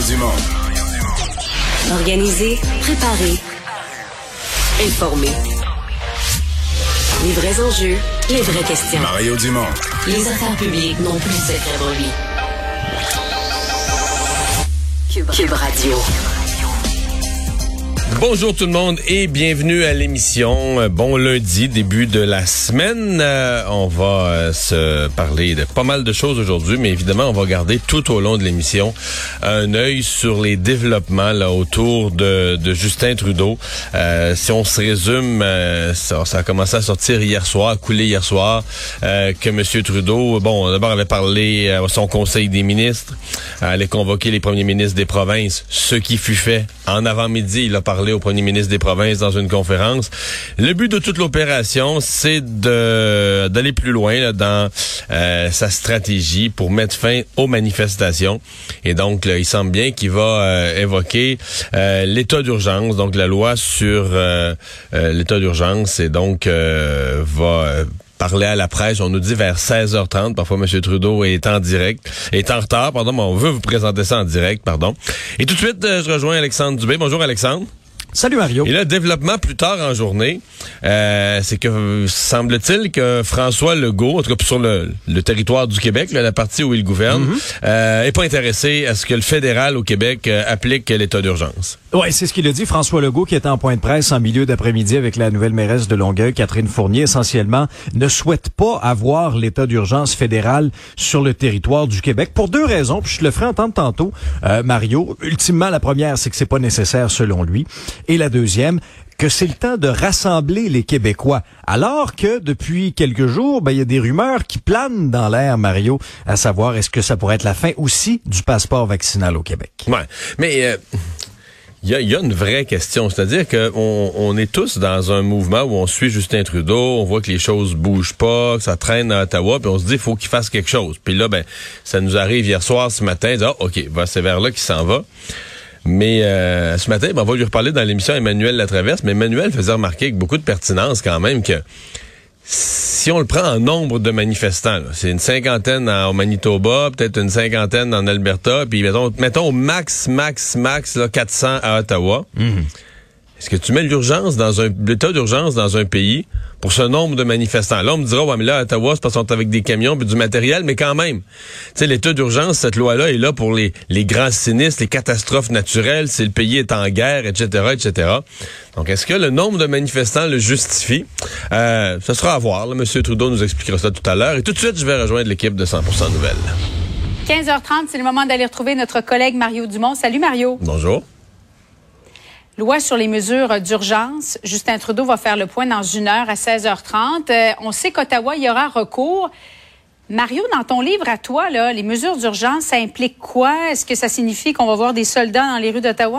Dumont. Organiser, préparer, informer. Les vrais enjeux, les vraies questions. Mario Dumont. Les affaires publiques n'ont plus de secret pour lui. Cube Radio. Bonjour tout le monde et bienvenue à l'émission. Bon lundi, début de la semaine. On va se parler de pas mal de choses aujourd'hui, mais évidemment, on va garder tout au long de l'émission un œil sur les développements là autour de Justin Trudeau. Si on se résume, ça a commencé à sortir hier soir, à couler hier soir, que M. Trudeau, d'abord avait parlé à son conseil des ministres, allait convoquer les premiers ministres des provinces, ce qui fut fait en avant-midi. Il a parlé au premier ministre des provinces dans une conférence. Le but de toute l'opération, c'est d'aller plus loin là, dans sa stratégie pour mettre fin aux manifestations. Et donc, là, il semble bien qu'il va évoquer l'état d'urgence, donc la loi sur l'état d'urgence, et donc va parler à la presse. On nous dit vers 16h30. Parfois, M. Trudeau est en retard, pardon, mais on veut vous présenter ça en direct, pardon. Et tout de suite, je rejoins Alexandre Dubé. Bonjour, Alexandre. Salut Mario. Et là, développement plus tard en journée, c'est que semble-t-il que François Legault, en tout cas sur le territoire du Québec, là, la partie où il gouverne, est pas intéressé à ce que le fédéral au Québec applique l'état d'urgence. Oui, c'est ce qu'il a dit, François Legault, qui était en point de presse en milieu d'après-midi avec la nouvelle mairesse de Longueuil, Catherine Fournier, essentiellement, ne souhaite pas avoir l'état d'urgence fédéral sur le territoire du Québec pour deux raisons, puis je te le ferai entendre tantôt, Mario. Ultimement, la première, c'est que c'est pas nécessaire selon lui. Et la deuxième, que c'est le temps de rassembler les Québécois. Alors que depuis quelques jours, il y a des rumeurs qui planent dans l'air, Mario, à savoir est-ce que ça pourrait être la fin aussi du passeport vaccinal au Québec. Ouais, mais il y a une vraie question, c'est-à-dire que on est tous dans un mouvement où on suit Justin Trudeau, on voit que les choses bougent pas, que ça traîne à Ottawa, puis on se dit il faut qu'il fasse quelque chose. Puis là, ça nous arrive hier soir, ce matin, OK, c'est vers là qu'il s'en va. Mais ce matin, on va lui reparler dans l'émission Emmanuel Latraverse, mais Emmanuel faisait remarquer avec beaucoup de pertinence quand même que si on le prend en nombre de manifestants, là, c'est une cinquantaine au Manitoba, peut-être une cinquantaine en Alberta, puis mettons au max, là, 400 à Ottawa. Est-ce que tu mets l'état d'urgence dans un pays pour ce nombre de manifestants? Là, on me dira, ouais, mais là, à Ottawa, c'est parce qu'on est avec des camions puis du matériel, mais quand même. Tu sais, l'état d'urgence, cette loi-là est là pour les grands sinistres, les catastrophes naturelles, si le pays est en guerre, etc., etc. Donc, est-ce que le nombre de manifestants le justifie? Ça sera à voir. Là. M. Trudeau nous expliquera ça tout à l'heure. Et tout de suite, je vais rejoindre l'équipe de 100% Nouvelles. 15h30, c'est le moment d'aller retrouver notre collègue Mario Dumont. Salut, Mario. Bonjour. Loi sur les mesures d'urgence. Justin Trudeau va faire le point dans une heure à 16h30. On sait qu'Ottawa, il y aura recours. Mario, dans ton livre à toi, là, les mesures d'urgence, ça implique quoi? Est-ce que ça signifie qu'on va voir des soldats dans les rues d'Ottawa?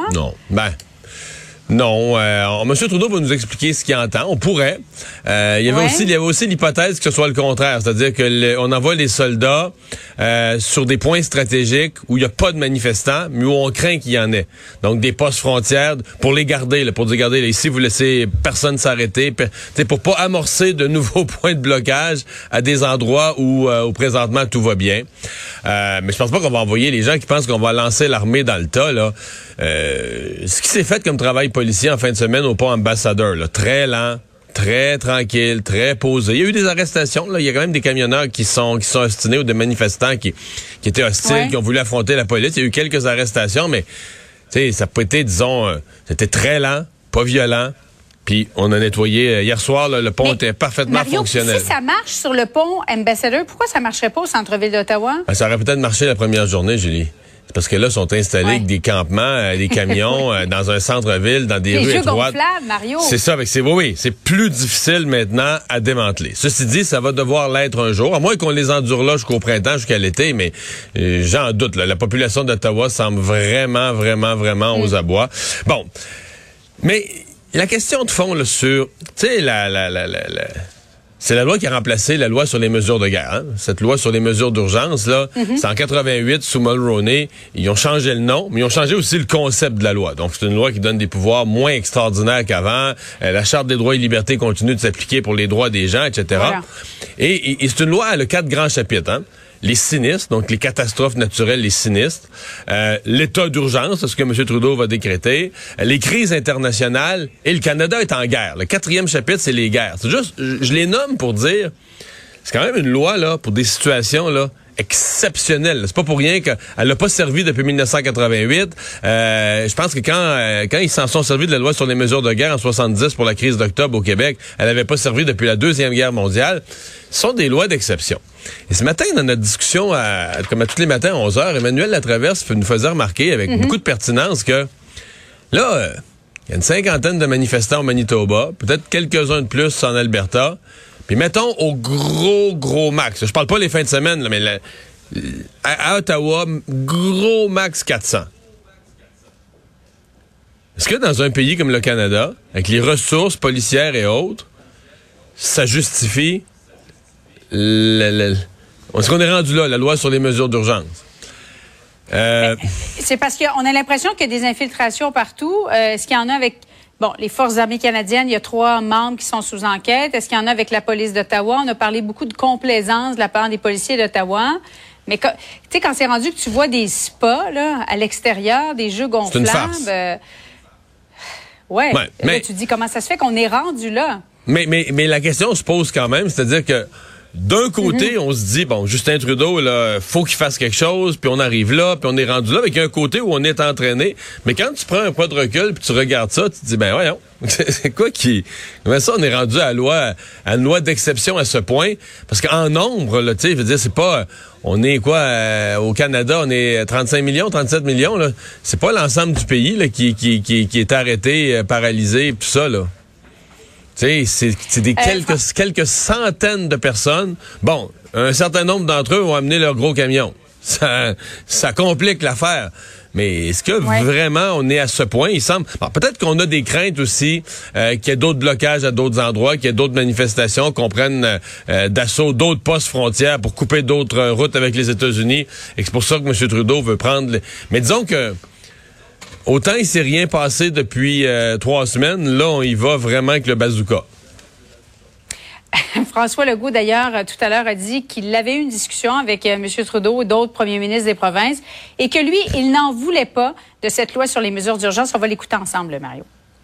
Non, M. Trudeau va nous expliquer ce qu'il entend. On pourrait. Il y avait aussi l'hypothèse que ce soit le contraire, c'est-à-dire que on envoie les soldats sur des points stratégiques où il n'y a pas de manifestants, mais où on craint qu'il y en ait. Donc des postes frontières pour les garder, là, pour dire regardez, là, ici vous laissez personne s'arrêter, pour pas amorcer de nouveaux points de blocage à des endroits où présentement tout va bien. Mais je pense pas qu'on va envoyer les gens qui pensent qu'on va lancer l'armée dans le tas là. Ce qui s'est fait comme travail policier en fin de semaine au pont Ambassadeur, là, très lent, très tranquille, très posé. Il y a eu des arrestations, là. Il y a quand même des camionneurs qui sont ostinés ou des manifestants qui étaient hostiles, qui ont voulu affronter la police. Il y a eu quelques arrestations, mais ça n'a pas été, c'était très lent, pas violent. Puis on a nettoyé hier soir, là, le pont était parfaitement fonctionnel. Si ça marche sur le pont Ambassadeur, pourquoi ça marcherait pas au centre-ville d'Ottawa? Ça aurait peut-être marché la première journée, Julie. C'est parce que là, sont installés avec des campements, des camions dans un centre-ville, dans des rues étroites. Gonflables, Mario. C'est ça, c'est plus difficile maintenant à démanteler. Ceci dit, ça va devoir l'être un jour, à moins qu'on les endure là jusqu'au printemps, jusqu'à l'été, mais j'en doute. Là, la population d'Ottawa semble vraiment aux abois. Bon, mais la question de fond là, sur, tu sais, c'est la loi qui a remplacé la loi sur les mesures de guerre. Hein? Cette loi sur les mesures d'urgence, là, c'est en 88, sous Mulroney. Ils ont changé le nom, mais ils ont changé aussi le concept de la loi. Donc, c'est une loi qui donne des pouvoirs moins extraordinaires qu'avant. La Charte des droits et libertés continue de s'appliquer pour les droits des gens, etc. Voilà. Et c'est une loi, elle a 4 grands chapitres. Hein? les sinistres, donc les catastrophes naturelles, les sinistres, l'état d'urgence, ce que M. Trudeau va décréter, les crises internationales, et le Canada est en guerre. Le 4e chapitre, c'est les guerres. C'est juste, je les nomme pour dire, c'est quand même une loi là pour des situations là exceptionnelles. C'est pas pour rien qu'elle n'a pas servi depuis 1988. Je pense que quand ils s'en sont servis de la loi sur les mesures de guerre en 70 pour la crise d'octobre au Québec, elle n'avait pas servi depuis la Deuxième Guerre mondiale. Ce sont des lois d'exception. Et ce matin, dans notre discussion, comme à tous les matins à 11h, Emmanuel Latraverse nous faisait remarquer avec beaucoup de pertinence que là, il y a une 50aine de manifestants au Manitoba, peut-être quelques-uns de plus en Alberta. Puis mettons au gros max. Je parle pas les fins de semaine, là, mais à Ottawa, gros max 400. Est-ce que dans un pays comme le Canada, avec les ressources policières et autres, ça justifie est-ce qu'on est rendu là, la loi sur les mesures d'urgence? C'est parce qu'on a l'impression qu'il y a des infiltrations partout. Est-ce qu'il y en a avec... Bon, les Forces armées canadiennes, il y a 3 membres qui sont sous enquête. Est-ce qu'il y en a avec la police d'Ottawa? On a parlé beaucoup de complaisance de la part des policiers d'Ottawa. Mais tu sais, quand c'est rendu que tu vois des spas là, à l'extérieur, des jeux gonflables... Ouais, mais là, tu te dis comment ça se fait qu'on est rendu là? Mais la question se pose quand même, c'est-à-dire que d'un côté, on se dit, bon, Justin Trudeau, là, faut qu'il fasse quelque chose, puis on arrive là, puis on est rendu là, avec un côté où on est entraîné. Mais quand tu prends un pas de recul, puis tu regardes ça, tu te dis, ben voyons, c'est quoi qui... Comment ça, on est rendu à une loi d'exception à ce point? Parce qu'en nombre, là, tu sais, je veux dire, c'est pas... On est quoi, au Canada, on est 35 millions, 37 millions, là. C'est pas l'ensemble du pays, là, qui est arrêté, paralysé, tout ça, là. Tu sais, c'est des quelques centaines de personnes. Bon, un certain nombre d'entre eux vont amener leur gros camion. Ça complique l'affaire. Mais est-ce que vraiment on est à ce point? Il semble. Bon, peut-être qu'on a des craintes aussi qu'il y ait d'autres blocages à d'autres endroits, qu'il y ait d'autres manifestations, qu'on prenne d'assaut d'autres postes frontières pour couper d'autres routes avec les États-Unis. Et c'est pour ça que M. Trudeau veut prendre... Mais disons que autant il s'est rien passé depuis 3 semaines, là, on y va vraiment avec le bazooka. François Legault, d'ailleurs, tout à l'heure, a dit qu'il avait eu une discussion avec M. Trudeau et d'autres premiers ministres des provinces et que lui, il n'en voulait pas de cette loi sur les mesures d'urgence. On va l'écouter ensemble, Mario.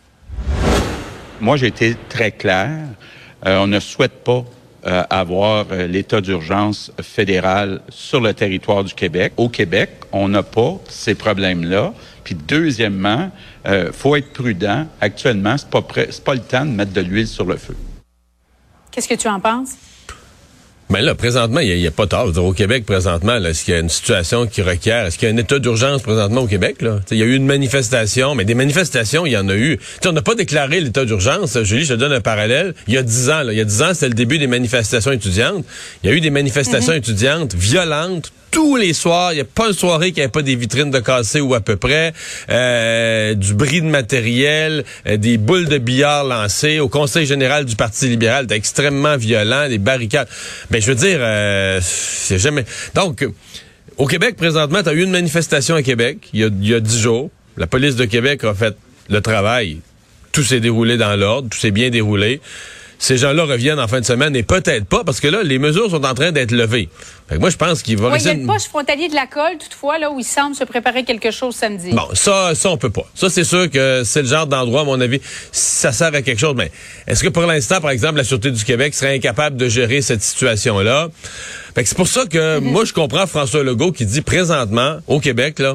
Moi, j'ai été très clair. On ne souhaite pas avoir l'état d'urgence fédéral sur le territoire du Québec. Au Québec, on n'a pas ces problèmes-là. Puis deuxièmement, faut être prudent. Actuellement, c'est pas le temps de mettre de l'huile sur le feu. Qu'est-ce que tu en penses? Ben là, présentement, il n'y a pas tard. Je veux dire, au Québec, présentement, là, est-ce qu'il y a une situation qui requiert... Est-ce qu'il y a un état d'urgence présentement au Québec? Là? Il y a eu une manifestation, mais des manifestations, il y en a eu. T'sais, on n'a pas déclaré l'état d'urgence. Julie, je te donne un parallèle. Il y a 10 ans, c'était le début des manifestations étudiantes. Il y a eu des manifestations étudiantes violentes, tous les soirs. Il n'y a pas une soirée qui n'avait pas des vitrines de cassées ou à peu près, du bris de matériel, des boules de billard lancées. Au Conseil général du Parti libéral, c'était extrêmement violent, des barricades. Ben, je veux dire, c'est jamais... Donc, au Québec, présentement, tu as eu une manifestation à Québec, il y a 10 jours. La police de Québec a fait le travail. Tout s'est déroulé dans l'ordre, tout s'est bien déroulé. Ces gens-là reviennent en fin de semaine et peut-être pas, parce que là, les mesures sont en train d'être levées. Fait que moi, je pense qu'il va... Oui, il y a le poste frontalier de la Colle, toutefois, là où il semble se préparer quelque chose samedi. Bon, ça on peut pas. Ça, c'est sûr que c'est le genre d'endroit, à mon avis, ça sert à quelque chose. Mais est-ce que pour l'instant, par exemple, la Sûreté du Québec serait incapable de gérer cette situation-là? Fait que c'est pour ça que moi, je comprends François Legault qui dit présentement, au Québec, là,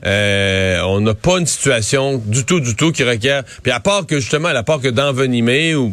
on n'a pas une situation du tout qui requiert... Puis à part que d'envenimer ou...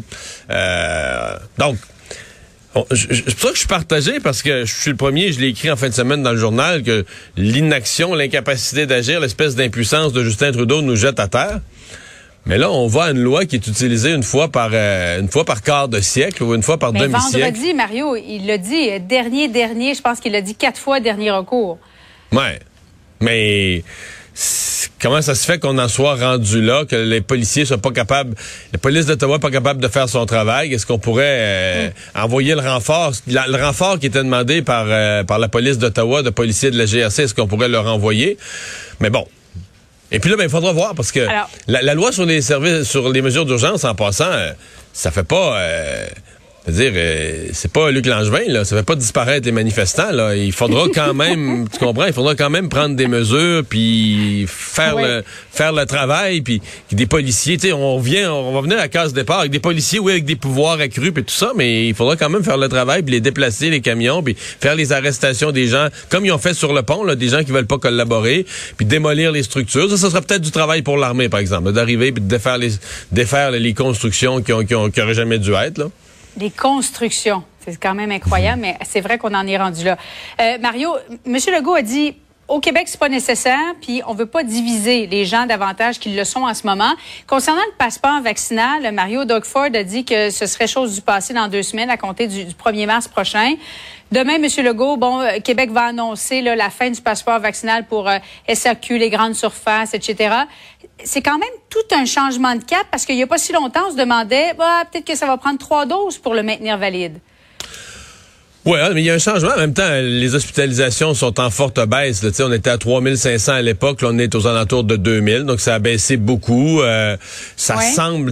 donc, c'est pour ça que je suis partagé, parce que je suis le premier, je l'ai écrit en fin de semaine dans le journal, que l'inaction, l'incapacité d'agir, l'espèce d'impuissance de Justin Trudeau nous jette à terre. Mais là, on voit une loi qui est utilisée une fois par quart de siècle ou une fois par demi-siècle. Vendredi, Mario, il l'a dit, dernier, je pense qu'il l'a dit 4 fois, dernier recours. Ouais. Mais comment ça se fait qu'on en soit rendu là, que les policiers soient pas capables, la police d'Ottawa pas capable de faire son travail? Est-ce qu'on pourrait envoyer le renfort qui était demandé par la police d'Ottawa, de policiers de la GRC, est-ce qu'on pourrait le renvoyer? Mais bon. Et puis là, il faudra voir, parce que la loi sur les mesures d'urgence, en passant, ça fait pas... C'est-à-dire, c'est pas Luc Langevin, là. Ça fait pas disparaître les manifestants, là. Il faudra quand même, tu comprends, il faudra quand même prendre des mesures, puis faire le travail, puis des policiers, tu sais, on va venir à la case départ avec des policiers, oui, avec des pouvoirs accrus, puis tout ça, mais il faudra quand même faire le travail, puis les déplacer, les camions, puis faire les arrestations des gens, comme ils ont fait sur le pont, là, des gens qui veulent pas collaborer, puis démolir les structures. Ça sera peut-être du travail pour l'armée, par exemple, là, d'arriver puis de défaire les constructions qui auraient jamais dû être, là. Des constructions. C'est quand même incroyable, mais c'est vrai qu'on en est rendu là. Mario, M. Legault a dit, au Québec, c'est pas nécessaire, puis on veut pas diviser les gens davantage qu'ils le sont en ce moment. Concernant le passeport vaccinal, Mario, Doug Ford a dit que ce serait chose du passé dans 2 semaines, à compter du 1er mars prochain. Demain, M. Legault, Québec va annoncer là, la fin du passeport vaccinal pour SAQ, les grandes surfaces, etc. C'est quand même tout un changement de cap parce qu'il n'y a pas si longtemps, on se demandait peut-être que ça va prendre 3 doses pour le maintenir valide. Oui, mais il y a un changement. En même temps, les hospitalisations sont en forte baisse. Là. On était à 3500 à l'époque. Là, on est aux alentours de 2000. Donc, ça a baissé beaucoup. Ça semble...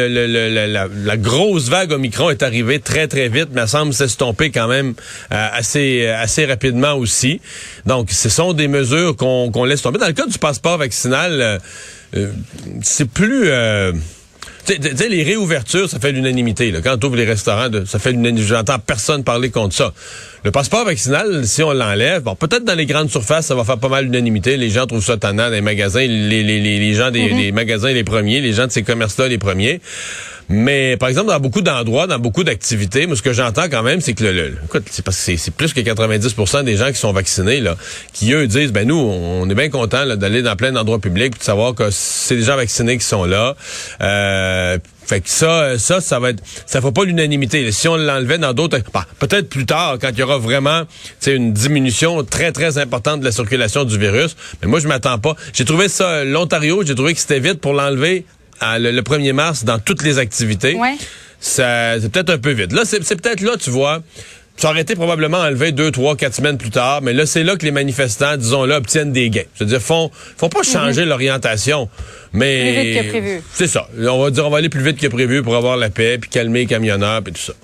La grosse vague Omicron est arrivée très, très vite, mais elle semble s'estomper quand même assez rapidement aussi. Donc, ce sont des mesures qu'on laisse tomber. Dans le cas du passeport vaccinal, c'est plus... Tu sais, les réouvertures, ça fait l'unanimité. Là. Quand on ouvre les restaurants, ça fait l'unanimité. J'entends personne parler contre ça. Le passeport vaccinal, si on l'enlève, peut-être dans les grandes surfaces, ça va faire pas mal l'unanimité. Les gens trouvent ça tannant dans les magasins. Les gens des magasins les premiers, les gens de ces commerces-là les premiers. Mais, par exemple, dans beaucoup d'endroits, dans beaucoup d'activités, moi, ce que j'entends quand même, c'est que écoute, c'est parce que c'est plus que 90% des gens qui sont vaccinés, là, qui, eux, disent, nous, on est bien contents, là, d'aller dans plein d'endroits publics, puis de savoir que c'est des gens vaccinés qui sont là. Fait que ça va être, ça fait pas l'unanimité. Si on l'enlevait dans d'autres, peut-être plus tard, quand il y aura vraiment, une diminution très, très importante de la circulation du virus. Mais moi, je m'attends pas. J'ai trouvé ça, l'Ontario, j'ai trouvé que c'était vite pour l'enlever le 1er mars dans toutes les activités. Ouais. C'est peut-être un peu vite. Là, c'est peut-être là, tu vois, ça aurait été probablement enlevé 2, 3, 4 semaines plus tard, mais là, c'est là que les manifestants, disons-le, obtiennent des gains. C'est-à-dire, font pas changer l'orientation, mais... Plus vite que prévu. C'est ça. On va aller plus vite que prévu pour avoir la paix, puis calmer les camionneurs, puis tout ça.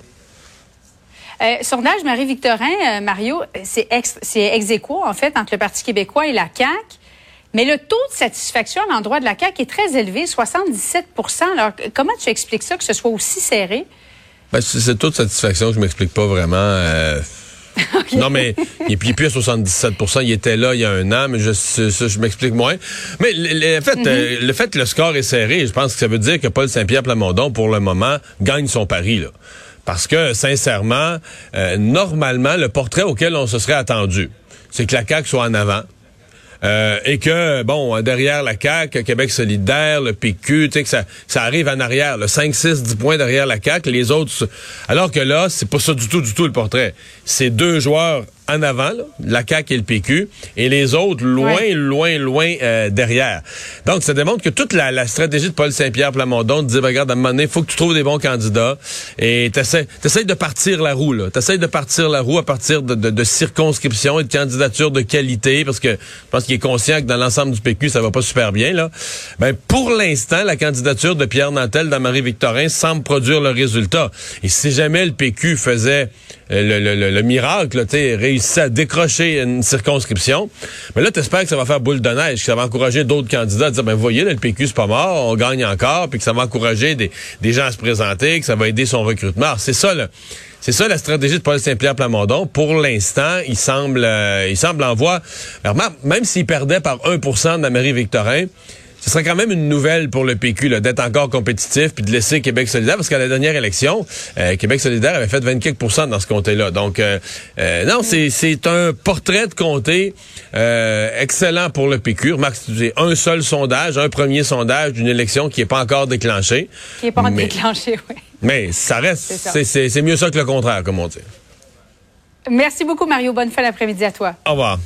Sondage Marie-Victorin, Mario, c'est ex aequo, en fait, entre le Parti québécois et la CAQ. Mais le taux de satisfaction à l'endroit de la CAQ est très élevé, 77 %. Alors, comment tu expliques ça, que ce soit aussi serré? C'est le taux de satisfaction que je m'explique pas vraiment. Okay. Non, mais il est plus à 77 %. Il était là il y a un an, mais je m'explique moins. Mais le fait que le score est serré, je pense que ça veut dire que Paul Saint-Pierre Plamondon, pour le moment, gagne son pari, là. Parce que, sincèrement, normalement, le portrait auquel on se serait attendu, c'est que la CAQ soit en avant. Et que, derrière la CAQ, Québec solidaire, le PQ, tu sais, que ça arrive en arrière, 5, 6, 10 points derrière la CAQ, les autres... Alors que là, c'est pas ça du tout le portrait. C'est 2 joueurs en avant, là, la CAQ et le PQ, et les autres loin derrière. Donc, ça démontre que toute la stratégie de Paul Saint-Pierre Plamondon de dire, regarde, à un moment donné, il faut que tu trouves des bons candidats, et t'essayes de partir la roue, là. T'essayes de partir la roue à partir de circonscriptions et de candidatures de qualité, parce que je pense qu'il est conscient que dans l'ensemble du PQ, ça va pas super bien, là. Pour l'instant, la candidature de Pierre Nantel dans Marie-Victorin semble produire le résultat. Et si jamais le PQ faisait le miracle, là, tu sais, réussissait à décrocher une circonscription, mais là, t'espères que ça va faire boule de neige, que ça va encourager d'autres candidats à dire, vous voyez, là, le PQ, c'est pas mort, on gagne encore, puis que ça va encourager des gens à se présenter, que ça va aider son recrutement. Alors, c'est ça la stratégie de Paul Saint-Pierre Plamondon. Pour l'instant, il semble en voie. Alors, même s'il perdait par 1% dans Marie-Victorin, ce serait quand même une nouvelle pour le PQ là, d'être encore compétitif puis de laisser Québec solidaire, parce qu'à la dernière élection, Québec solidaire avait fait 24% dans ce comté-là. Donc, non, c'est un portrait de comté excellent pour le PQ. Remarque, c'est un seul sondage, un premier sondage d'une élection qui n'est pas encore déclenchée. Qui n'est pas déclenchée, oui. Mais ça reste, c'est mieux ça que le contraire, comme on dit. Merci beaucoup, Mario. Bonne fin d'après-midi à toi. Au revoir.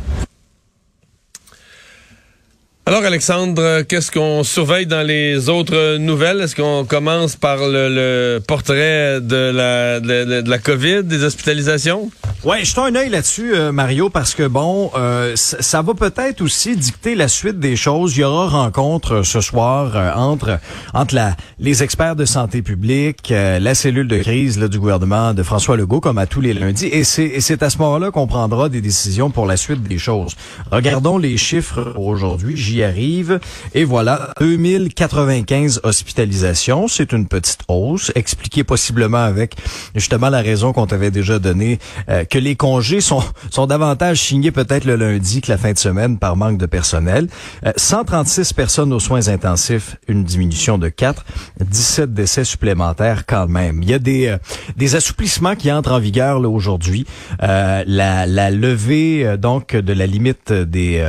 Alors, Alexandre, qu'est-ce qu'on surveille dans les autres nouvelles? Est-ce qu'on commence par le portrait de la COVID, des hospitalisations? Ouais, jetons un œil là-dessus, Mario, parce que bon, ça va peut-être aussi dicter la suite des choses. Il y aura rencontre ce soir entre les experts de santé publique, la cellule de crise là, du gouvernement de François Legault, comme à tous les lundis, et c'est à ce moment-là qu'on prendra des décisions pour la suite des choses. Regardons les chiffres aujourd'hui, j'y arrive, et voilà, 2095 hospitalisations, c'est une petite hausse, expliquée possiblement avec justement la raison qu'on t'avait déjà donnée, que les congés sont davantage signés peut-être le lundi que la fin de semaine par manque de personnel. 136 personnes aux soins intensifs, une diminution de 4, 17 décès supplémentaires quand même. Il y a des assouplissements qui entrent en vigueur là aujourd'hui. La levée donc de la limite des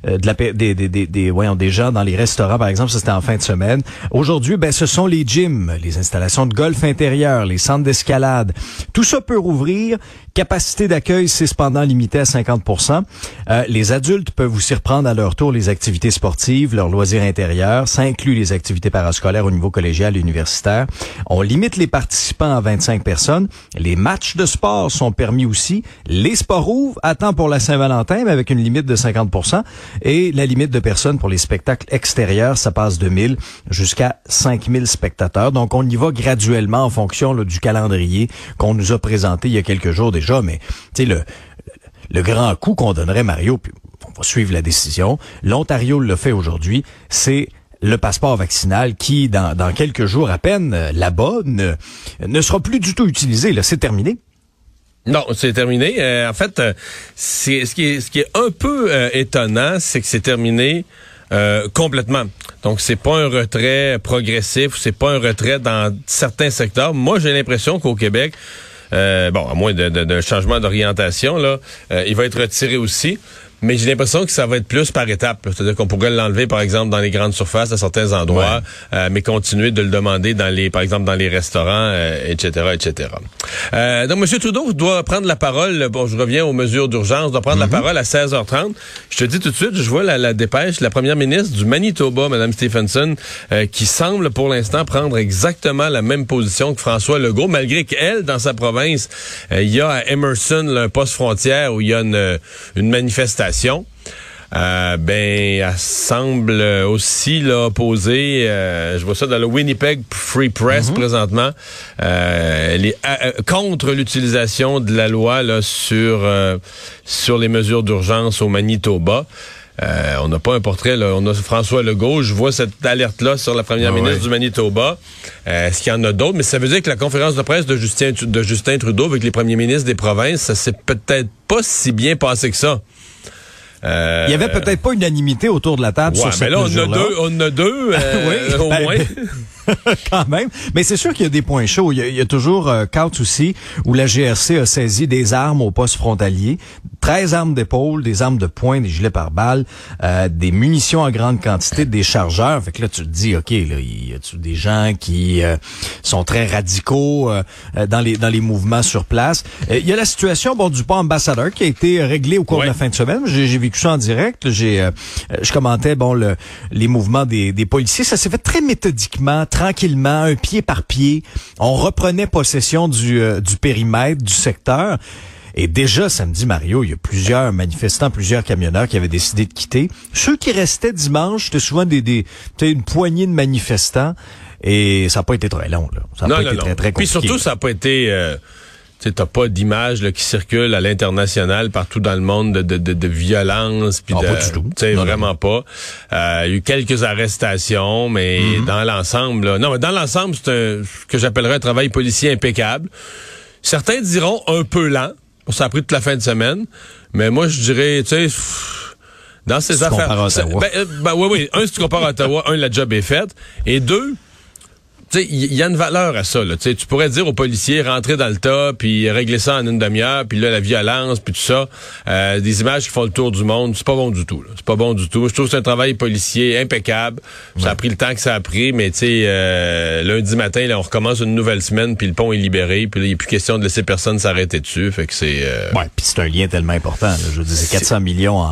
gens dans les restaurants par exemple, ça c'était en fin de semaine. Aujourd'hui, ce sont les gyms, les installations de golf intérieur, les centres d'escalade. Tout ça peut rouvrir. Capacité d'accueil, c'est cependant limité à 50%. Les adultes peuvent aussi reprendre à leur tour les activités sportives, leurs loisirs intérieurs. Ça inclut les activités parascolaires au niveau collégial et universitaire. On limite les participants à 25 personnes. Les matchs de sport sont permis aussi. Les sports rouvrent à temps pour la Saint-Valentin, mais avec une limite de 50%. Et la limite de personnes pour les spectacles extérieurs, ça passe de 1000 jusqu'à 5000 spectateurs. Donc, on y va graduellement en fonction là, du calendrier qu'on nous a présenté il y a quelques jours déjà. Mais tu sais, le grand coup qu'on donnerait, Mario, puis on va suivre la décision, l'Ontario le fait aujourd'hui, c'est le passeport vaccinal qui, dans quelques jours à peine, là-bas, ne sera plus du tout utilisé. Là, c'est terminé. Non, c'est terminé. En fait, ce qui est un peu étonnant, c'est que c'est terminé complètement. Donc, c'est pas un retrait progressif, c'est pas un retrait dans certains secteurs. Moi, j'ai l'impression qu'au Québec, à moins d'un changement d'orientation, là, il va être retiré aussi. Mais j'ai l'impression que ça va être plus par étapes. C'est-à-dire qu'on pourrait l'enlever, par exemple, dans les grandes surfaces, à certains endroits, mais continuer de le demander par exemple, dans les restaurants, etc., etc. Donc, M. Trudeau doit prendre la parole. Bon, je reviens aux mesures d'urgence. Doit prendre la parole à 16h30. Je te dis tout de suite, je vois la dépêche, la première ministre du Manitoba, Mme Stephenson, qui semble, pour l'instant, prendre exactement la même position que François Legault, malgré qu'elle, dans sa province, il y a à Emerson, là, un poste frontière où il y a une manifestation. Elle semble aussi là opposer, je vois ça dans le Winnipeg Free Press présentement, elle est contre l'utilisation de la loi là sur les mesures d'urgence au Manitoba. On n'a pas un portrait, là. On a François Legault. Je vois cette alerte-là sur la première ministre du Manitoba. Est-ce qu'il y en a d'autres? Mais ça veut dire que la conférence de presse de Justin Trudeau avec les premiers ministres des provinces, ça s'est peut-être pas si bien passé que ça. Il y avait peut-être pas unanimité autour de la table sur cette mesure-là. On a deux, au moins. Quand même. Mais c'est sûr qu'il y a des points chauds. Il y a toujours Couts aussi, où la GRC a saisi des armes au poste frontalier, 13 armes d'épaule, des armes de poing, des gilets pare-balles, des munitions en grande quantité, des chargeurs. Fait que là, tu te dis, OK, là, il y a des gens qui sont très radicaux dans les mouvements sur place. Il y a la situation du pont Ambassadeur qui a été réglée au cours de la fin de semaine. J'ai vécu ça en direct. Je commentais les mouvements des policiers. Ça s'est fait très méthodiquement, tranquillement, un pied par pied. On reprenait possession du périmètre, du secteur. Et déjà, samedi, Mario, il y a plusieurs manifestants, plusieurs camionneurs qui avaient décidé de quitter. Ceux qui restaient dimanche, c'était souvent une poignée de manifestants. Et ça n'a pas été très long, là. Ça n'a pas été très, très compliqué. Puis surtout, ça n'a pas été... t'as pas d'images qui circulent à l'international partout dans le monde de violence, puis pas du tout. Vraiment pas. Il y a eu quelques arrestations, mais dans l'ensemble, c'est ce que j'appellerais un travail policier impeccable. Certains diront un peu lent. Ça a pris toute la fin de semaine, mais moi je dirais, dans ces affaires. Oui. Un, si tu compares à Ottawa, la job est faite, et deux, il y a une valeur à ça. Là. Tu pourrais dire aux policiers, rentrer dans le tas, puis régler ça en une demi-heure, puis là, la violence, puis tout ça, des images qui font le tour du monde, c'est pas bon du tout. Là. C'est pas bon du tout. Je trouve que c'est un travail policier impeccable. Ça a pris le temps que ça a pris, mais lundi matin, là, on recommence une nouvelle semaine, puis le pont est libéré, puis là, il n'est plus question de laisser personne s'arrêter dessus. Fait que c'est... Ouais, puis c'est un lien tellement important. Là. Je veux dire, c'est 400 millions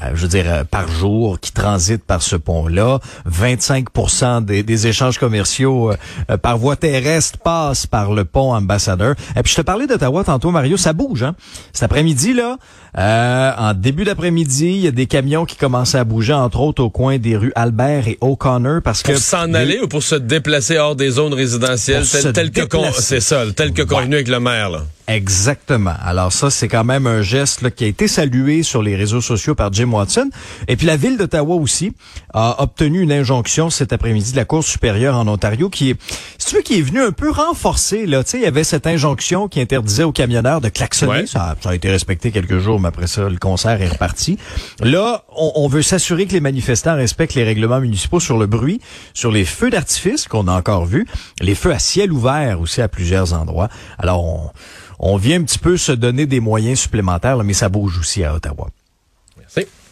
par jour qui transitent par ce pont-là. 25% des échanges commerciaux Ontario par voie terrestre passe par le pont Ambassadeur. Et puis je te parlais d'Ottawa tantôt, Mario, ça bouge, hein? Cet après-midi, là, en début d'après-midi, il y a des camions qui commençaient à bouger, entre autres au coin des rues Albert et O'Connor, parce pour s'en aller ou pour se déplacer hors des zones résidentielles, tel que convenu avec le maire, là. Exactement. Alors ça, c'est quand même un geste là, qui a été salué sur les réseaux sociaux par Jim Watson. Et puis la Ville d'Ottawa aussi a obtenu une injonction cet après-midi de la Cour supérieure en Ontario qui est, si tu veux, qui est venue un peu renforcer. Là, tu sais, il y avait cette injonction qui interdisait aux camionneurs de klaxonner. Ouais. Ça a été respecté quelques jours, mais après ça, le concert est reparti. Là, on veut s'assurer que les manifestants respectent les règlements municipaux sur le bruit, sur les feux d'artifice qu'on a encore vus, les feux à ciel ouvert aussi à plusieurs endroits. Alors, on vient un petit peu se donner des moyens supplémentaires, là, mais ça bouge aussi à Ottawa. Merci.